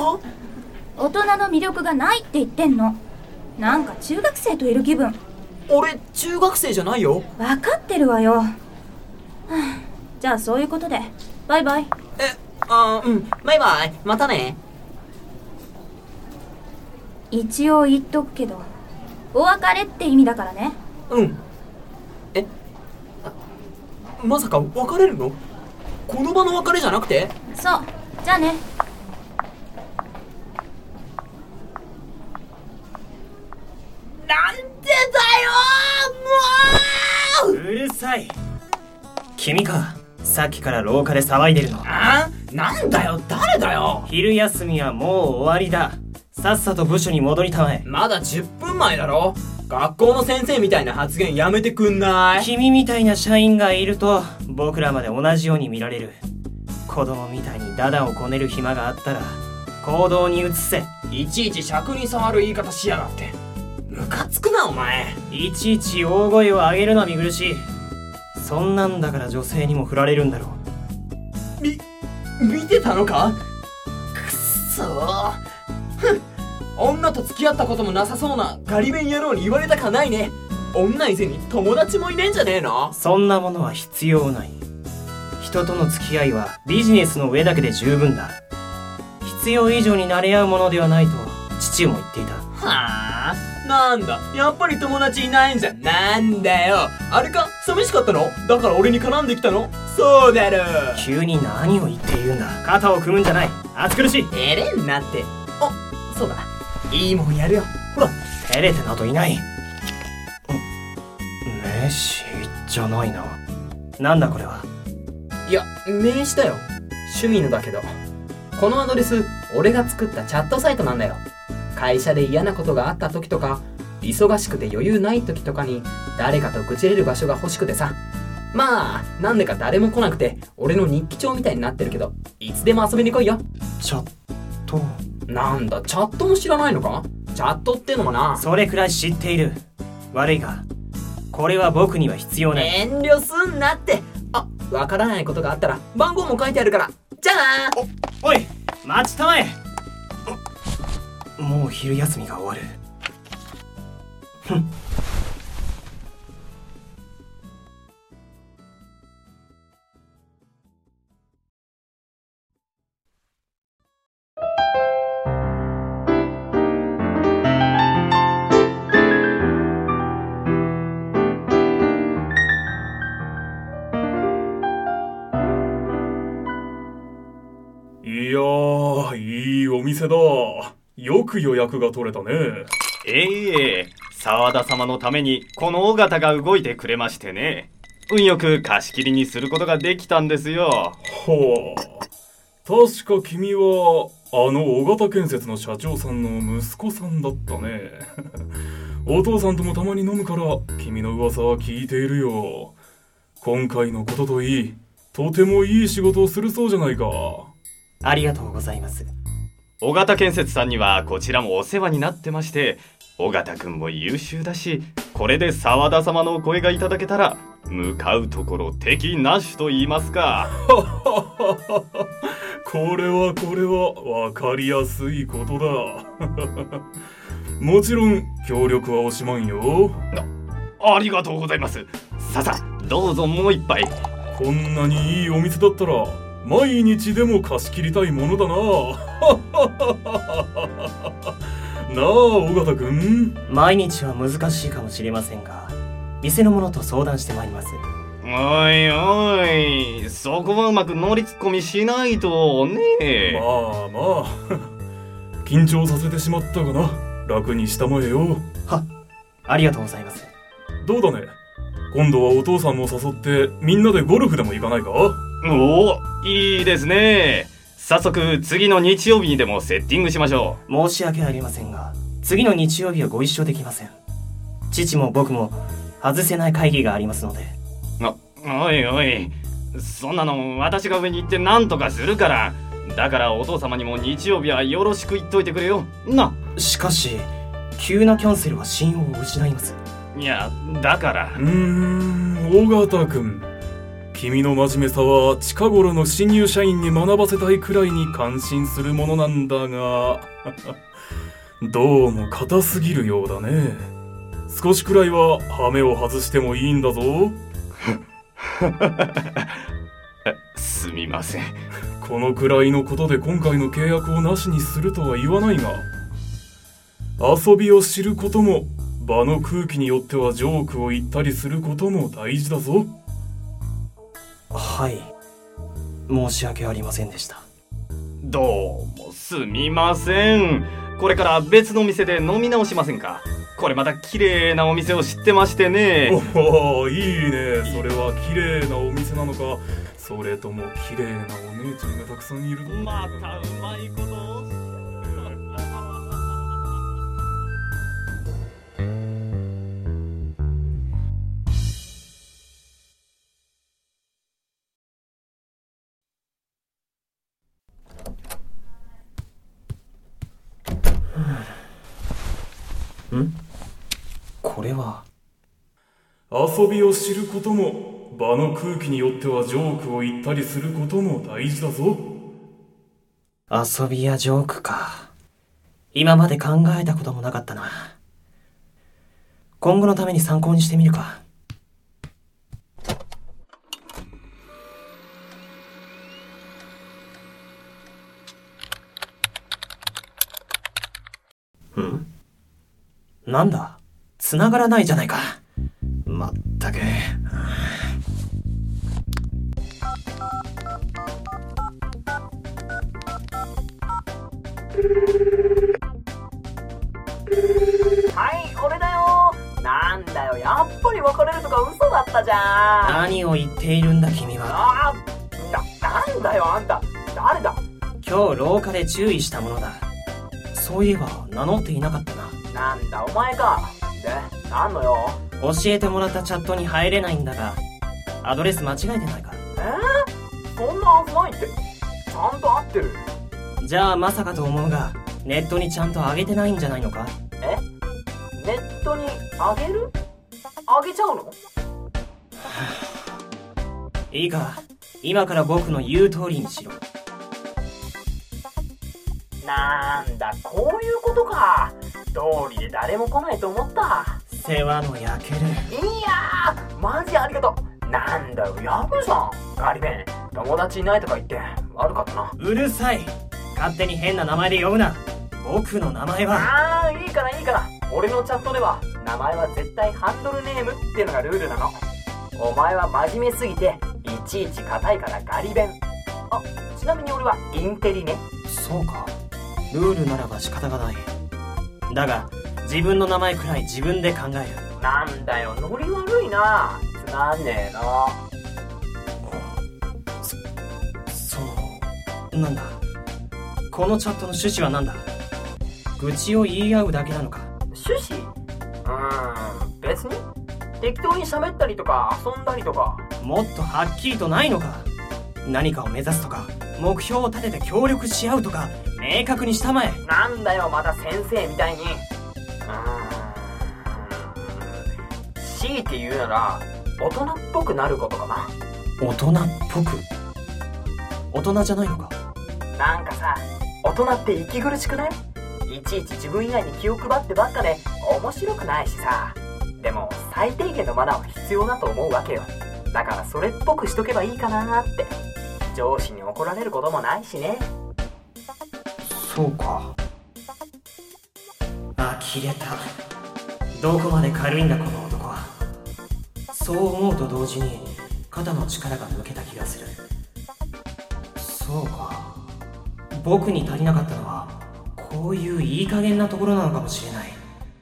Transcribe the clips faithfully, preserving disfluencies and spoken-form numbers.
は？ 大人の魅力がないって言ってんの。なんか中学生といる気分。 俺中学生じゃないよ。 分かってるわよ。はあ、じゃあそういうことでバイバイ。 え、あー、うん、バイバイ、またね。 一応言っとくけど、お別れって意味だからね。 うん。え、まさか別れるの？この場の別れじゃなくて？ そう、じゃあね。 なんでだよ、もう！ うるさい。君か、さっきから廊下で騒いでるの。 あ？なんだよ、誰だよ。 昼休みはもう終わりだ。さっさと部署に戻りたまえ。 まだじゅっぷんまえだろ。学校の先生みたいな発言やめてくんない？ 君みたいな社員がいると僕らまで同じように見られる。子供みたいにダダをこねる暇があったら行動に移せ。 いちいち尺に触る言い方しやがって。ムカつくなお前。 いちいち大声を上げるのは見苦しい。そんなんだから女性にも振られるんだろう。み、見てたのか？くっそー。ふん。女と付き合ったこともなさそうなガリ勉野郎に言われたかないね。女以前に友達もいねえんじゃねえの？ そんなものは必要ない。人との付き合いはビジネスの上だけで十分だ。必要以上に慣れ合うものではないと父も言っていた。 はあ、なんだ、やっぱり友達いないんじゃ。なんだよ、あれか、寂しかったの？だから俺に絡んできたの？そうだろ。 急に何を言っているんだ。肩を組むんじゃない。暑苦しい。 照れんなって。あ、そうだ、いいもんやるよ。ほら。 照れてなどいない。名刺じゃないな。なんだこれは。 いや、名刺だよ。趣味のだけど。このアドレス、俺が作ったチャットサイトなんだよ。会社で嫌なことがあった時とか、忙しくて余裕ない時とかに誰かと愚痴れる場所が欲しくてさ。まあ、なんでか誰も来なくて俺の日記帳みたいになってるけど、いつでも遊びに来いよ。 チャット？ なんだ、チャットも知らないのか？チャットってのもな。 それくらい知っている。悪いがこれは僕には必要ない。 遠慮すんなって。あ、わからないことがあったら番号も書いてあるから。じゃあな。 お、おい、待ちたまえ。もう昼休みが終わる。ふん。 いやー、いいお店だ。よく予約が取れたね。 ええ、沢田様のためにこの尾形が動いてくれましてね。運よく貸し切りにすることができたんですよ。 ほう。確か君はあの尾形建設の社長さんの息子さんだったね。お父さんともたまに飲むから君の噂は聞いているよ。今回のことといい、とてもいい仕事をするそうじゃないか。 ありがとうございます。 尾形建設さんにはこちらもお世話になってまして、尾形くんも優秀だし、これで沢田様のお声がいただけたら向かうところ敵なしと言いますか。 これはこれは分かりやすいことだ。もちろん協力は惜しまんよ。 あ、ありがとうございます。ささどうぞもう一杯。 こんなにいいお店だったら毎日でも貸し切りたいものだな。なあ尾形くん。 毎日は難しいかもしれませんが、店の者と相談してまいります。 おいおい、そこはうまく乗りツッコミしないとね。 まあまあ緊張させてしまったがな。楽にしたまえよ。 は、ありがとうございます。 どうだね、今度はお父さんも誘ってみんなでゴルフでも行かないか？ おお、いいですね。早速次の日曜日にでもセッティングしましょう。申し訳ありませんが、次の日曜日はご一緒できません。父も僕も外せない会議がありますので。 あ、おいおい、そんなの私が上に行って何とかするから。だからお父様にも日曜日はよろしく言っといてくれよな。 しかし急なキャンセルは信用を失います。 いや、だからうーん、尾形くん、 君の真面目さは近頃の新入社員に学ばせたいくらいに感心するものなんだがどうも硬すぎるようだね。少しくらいはハメを外してもいいんだぞすみません。 このくらいのことで今回の契約をなしにするとは言わないが、遊びを知ることも場の空気によってはジョークを言ったりすることも大事だぞ。 はい、申し訳ありませんでした。 どうもすみません。これから別の店で飲み直しませんか？これまた綺麗なお店を知ってましてね。 おお、いいね。それは綺麗なお店なのか、それとも綺麗なお姉ちゃんがたくさんいるの？ またうまいことをん？これは遊びを知ることも場の空気によってはジョークを言ったりすることも大事だぞ。 遊びやジョークか。今まで考えたこともなかったな。今後のために参考にしてみるか。ん？なんだ？繋がらないじゃないか。まったく。 はい、俺だよ。なんだよ、やっぱり別れるとか嘘だったじゃん。 何を言っているんだ君は。 あー、な、なんだよあんた。誰だ？ 今日廊下で注意したものだ。そういえば名乗っていなかったな。 なんだお前か。で、なんのよ。 教えてもらったチャットに入れないんだが、アドレス間違えてないか？ えー、そんなはずないって。ちゃんと合ってる。 じゃあまさかと思うが、ネットにちゃんと上げてないんじゃないのか？ え？ネットにあげる？あげちゃうの？ いいか、今から僕の言う通りにしろ。 なんだ、こういうことか。通りで誰も来ないと思った。 世話の焼ける。 いやー、マジありがとう。なんだよ、やるじゃん。ガリ弁、友達いないとか言って悪かったな。 うるさい。勝手に変な名前で呼ぶな。僕の名前は。 あー、いいからいいから。俺のチャットでは名前は絶対ハンドルネームっていうのがルールなの。お前は真面目すぎていちいち硬いからガリ弁。あ、ちなみに俺はインテリね。 そうか、ルールならば仕方がない。だが自分の名前くらい自分で考える。 なんだよ、ノリ悪いな。つまんねえな。 そ、その、なんだ、このチャットの趣旨はなんだ？愚痴を言い合うだけなのか？ 趣旨？うーん、別に適当に喋ったりとか遊んだりとか。 もっとはっきりとないのか？何かを目指すとか、目標を立てて協力し合うとか、明確にしたまえ。 なんだよ、また先生みたいに。うーん、強いて言うなら大人っぽくなることかな。 大人っぽく？大人じゃないのか？ なんかさ、大人って息苦しくない？いちいち自分以外に気を配ってばっかで面白くないしさ。でも最低限のマナーは必要だと思うわけよ。だからそれっぽくしとけばいいかなーって。上司に怒られることもないしね。 そうか。呆れた。どこまで軽いんだこの男は。そう思うと同時に肩の力が抜けた気がする。そうか、僕に足りなかったのはこういういい加減なところなのかもしれない。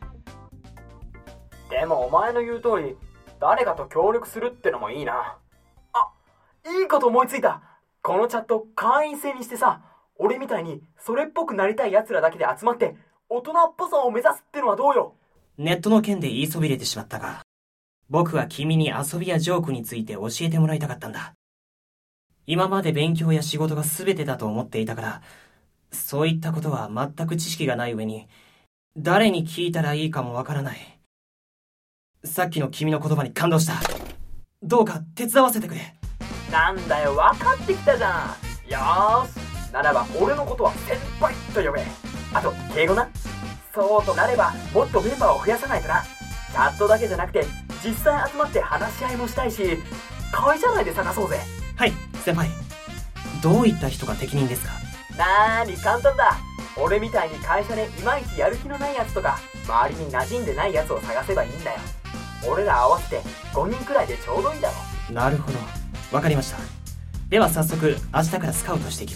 でもお前の言う通り誰かと協力するってのもいいな。あ、いいこと思いついた。このチャット会員制にしてさ、俺みたいにそれっぽくなりたい奴らだけで集まって大人っぽさを目指すってのはどうよ。 ネットの件で言いそびれてしまったが、僕は君に遊びやジョークについて教えてもらいたかったんだ。今まで勉強や仕事が全てだと思っていたから、そういったことは全く知識がない上に、誰に聞いたらいいかもわからない。さっきの君の言葉に感動した。どうか手伝わせてくれ。 なんだよ、分かってきたじゃん。よーし、ならば俺のことは先輩と呼べ。あと敬語な。そうとなればもっとメンバーを増やさないとな。チャットだけじゃなくて実際集まって話し合いもしたいし、会社内で探そうぜ。 はい、先輩。どういった人が適任ですか？ なーに簡単だ。俺みたいに会社でいまいちやる気のないやつとか、周りに馴染んでないやつを探せばいいんだよ。俺ら合わせてごにんくらいでちょうどいいだろ。 なるほど、わかりました。では早速明日からスカウトしていきます。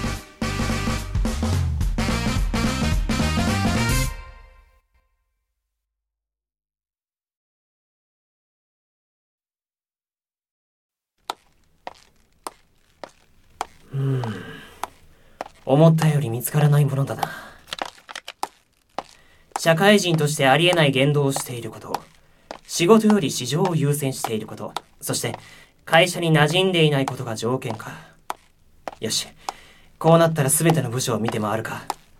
うーん、思ったより見つからないものだな。社会人としてありえない言動をしていること、仕事より市場を優先していること、そして会社に馴染んでいないことが条件か。よし、こうなったら全ての部署を見て回るか。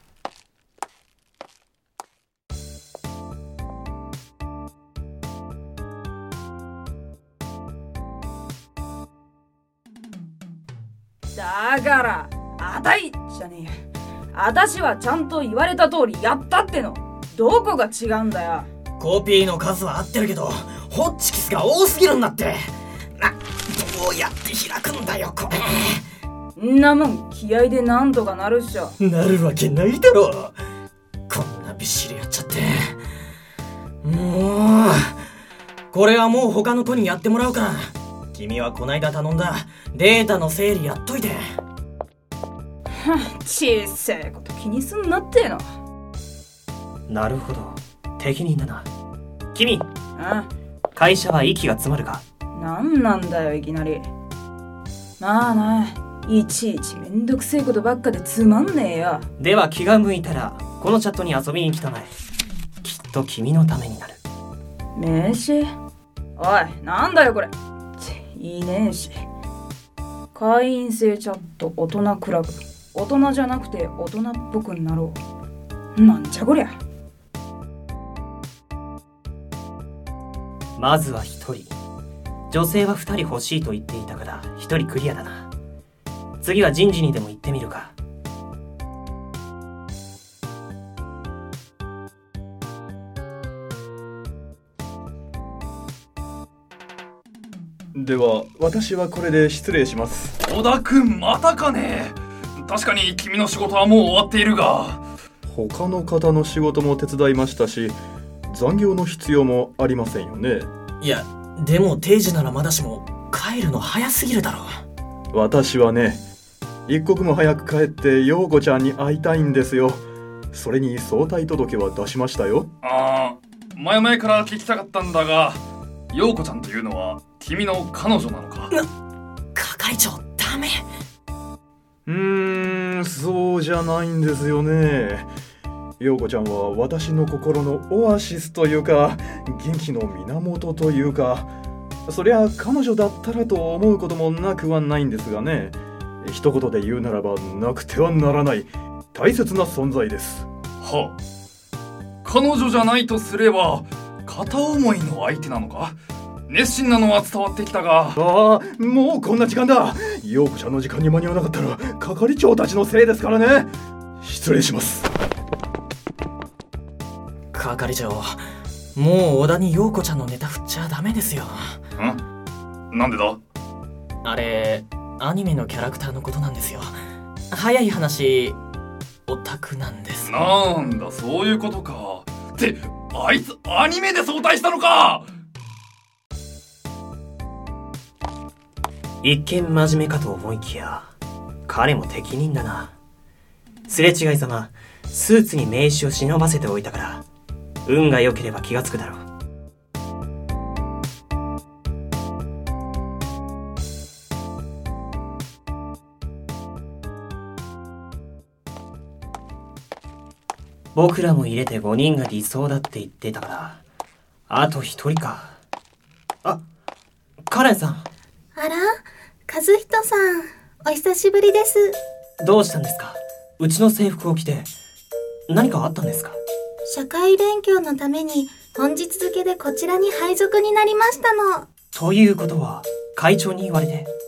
だからあたいじゃねえ。あたしはちゃんと言われた通りやったっての。どこが違うんだよ。 コピーの数は合ってるけどホッチキスが多すぎるんだって。な、どうやって開くんだよこれ。 んなもん気合でなんとかなるっしょ。 なるわけないだろ。こんなびっしりやっちゃって。もうこれはもう他の子にやってもらうから、君はこないだ頼んだデータの整理やっといて。 小せえこと気にすんなっての。 なるほど、適任だな。君、 あ会社は息が詰まるか？ なんなんだよいきなり。なあなあ、いちいちめんどくせえことばっかでつまんねえよ。 では気が向いたらこのチャットに遊びに来たまえ。きっと君のためになる。 名刺？おい、なんだよこれ。いねえし。会員制チャット大人クラブ。大人じゃなくて大人っぽくなろう。なんじゃこりゃ。 まずは一人。女性は二人欲しいと言っていたから一人クリアだな。次は人事にでも行ってみるか。 では私はこれで失礼します。 小田君またかね。確かに君の仕事はもう終わっているが、 他の方の仕事も手伝いましたし、残業の必要もありませんよね。 いやでも定時ならまだしも帰るの早すぎるだろ。 私はね、一刻も早く帰って陽子ちゃんに会いたいんですよ。それに早退届は出しましたよ。 ああ、前々から聞きたかったんだが、陽子ちゃんというのは君の彼女なのか？ 係長ダメ。 うーん、そうじゃないんですよね。陽子ちゃんは私の心のオアシスというか、元気の源というか、そりゃ彼女だったらと思うこともなくはないんですがね。一言で言うならばなくてはならない大切な存在です。 はあ、彼女じゃないとすれば片思いの相手なのか？熱心なのは伝わってきたが。 ああ、もうこんな時間だ。陽子ちゃんの時間に間に合わなかったら係長たちのせいですからね。失礼します。 係長、もう小田に陽子ちゃんのネタ振っちゃダメですよ。 ん？なんでだ？ あれアニメのキャラクターのことなんですよ。早い話オタクなんです。 なんだそういうことか。ってあいつアニメで早退したのか。 一見真面目かと思いきや彼も適任だな。すれ違いざまスーツに名刺を忍ばせておいたから運が良ければ気がつくだろう。僕らも入れてごにんが理想だって言ってたから、あとひとりか。あ、カレンさん。 あら、和人さん、お久しぶりです。 どうしたんですか？うちの制服を着て。何かあったんですか？ 社会勉強のために本日付でこちらに配属になりましたの。 ということは会長に言われて？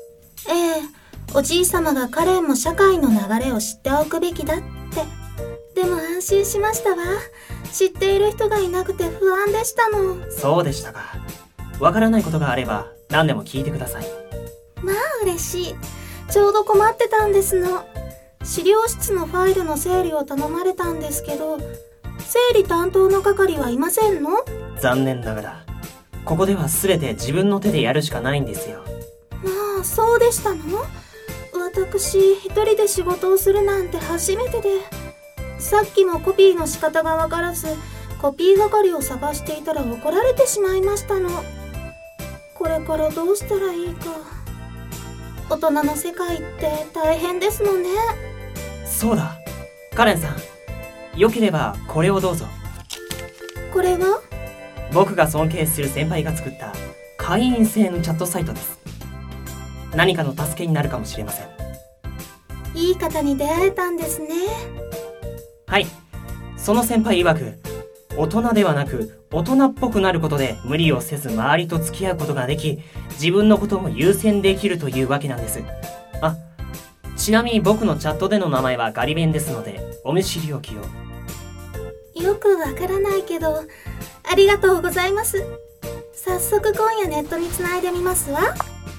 ええ、おじいさまがカレンも社会の流れを知っておくべきだって。でも安心しましたわ。知っている人がいなくて不安でしたの。 そうでしたか。わからないことがあれば何でも聞いてください。 まあ嬉しい。ちょうど困ってたんですの。資料室のファイルの整理を頼まれたんですけど、整理担当の係はいませんの？ 残念ながらここでは全て自分の手でやるしかないんですよ。 まあそうでしたの？私一人で仕事をするなんて初めてで、さっきもコピーの仕方がわからずコピー係を探していたら怒られてしまいましたの。これからどうしたらいいか。大人の世界って大変ですのね。 そうだ、カレンさん、よければこれをどうぞ。 これは？ 僕が尊敬する先輩が作った会員制のチャットサイトです。何かの助けになるかもしれません。 いい方に出会えたんですね。 はい、その先輩曰く、大人ではなく大人っぽくなることで無理をせず周りと付き合うことができ、自分のことも優先できるというわけなんです。あ、ちなみに僕のチャットでの名前はガリベンですのでお見知りおきを。 よくわからないけどありがとうございます。早速今夜ネットにつないでみますわ。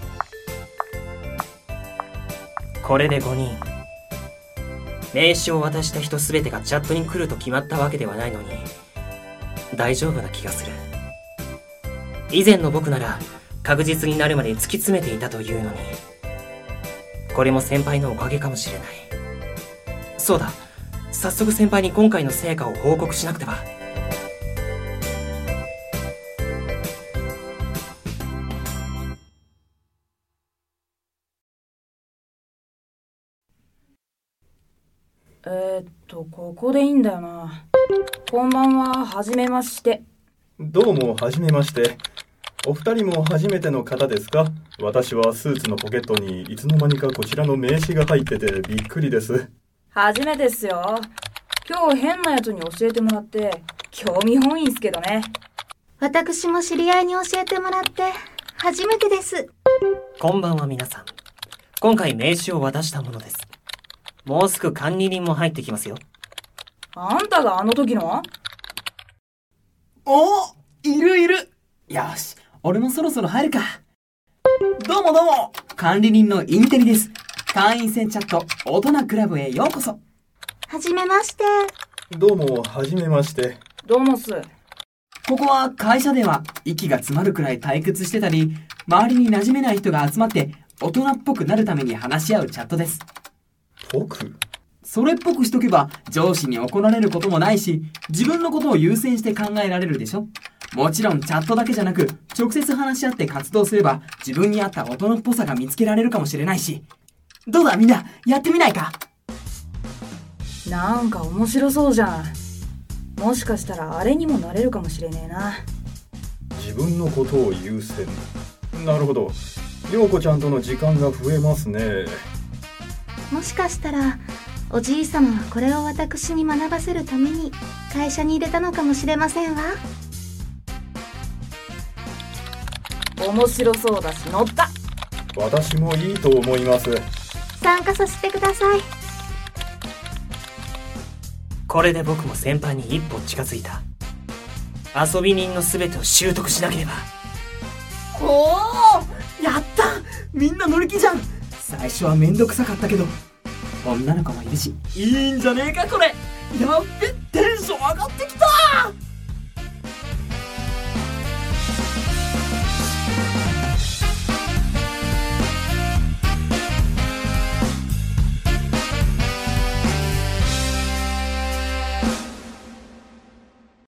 これでごにん。名刺を渡した人すべてがチャットに来ると決まったわけではないのに大丈夫な気がする。以前の僕なら確実になるまで突き詰めていたというのに、これも先輩のおかげかもしれない。そうだ、早速先輩に今回の成果を報告しなくては。 えー、っとここでいいんだよな。こんばんは、はじめまして。 どうもはじめまして。お二人も初めての方ですか？私はスーツのポケットにいつの間にかこちらの名刺が入っててびっくりです。 初めてっすよ。今日変なやつに教えてもらって興味本位っすけどね。 私も知り合いに教えてもらって初めてです。 こんばんは皆さん。今回名刺を渡したものです。もうすぐ管理人も入ってきますよ。 あんたがあの時の？ お、いるいる。よし、俺もそろそろ入るか。どうもどうも、管理人のインテリです。会員制チャット大人クラブへようこそ。 はじめまして。 どうもはじめまして。 どうもっす。 ここは会社では息が詰まるくらい退屈してたり、周りに馴染めない人が集まって大人っぽくなるために話し合うチャットです。 ぽく？ それっぽくしとけば上司に怒られることもないし、自分のことを優先して考えられるでしょ。もちろんチャットだけじゃなく直接話し合って活動すれば自分に合った大人っぽさが見つけられるかもしれないし。どうだみんな、やってみないか？ なんか面白そうじゃん。もしかしたらあれにもなれるかもしれねえな。 自分のことを優先。なるほど、陽子ちゃんとの時間が増えますね。 もしかしたらおじいさまはこれを私に学ばせるために会社に入れたのかもしれませんわ。 面白そうだし乗った。 私もいいと思います。 参加させてください。 これで僕も先輩に一歩近づいた。遊び人の全てを習得しなければ。 おー、やった、みんな乗り気じゃん。最初はめんどくさかったけど女の子もいるしいいんじゃねえかこれ。やっべ、テンション上がってきた。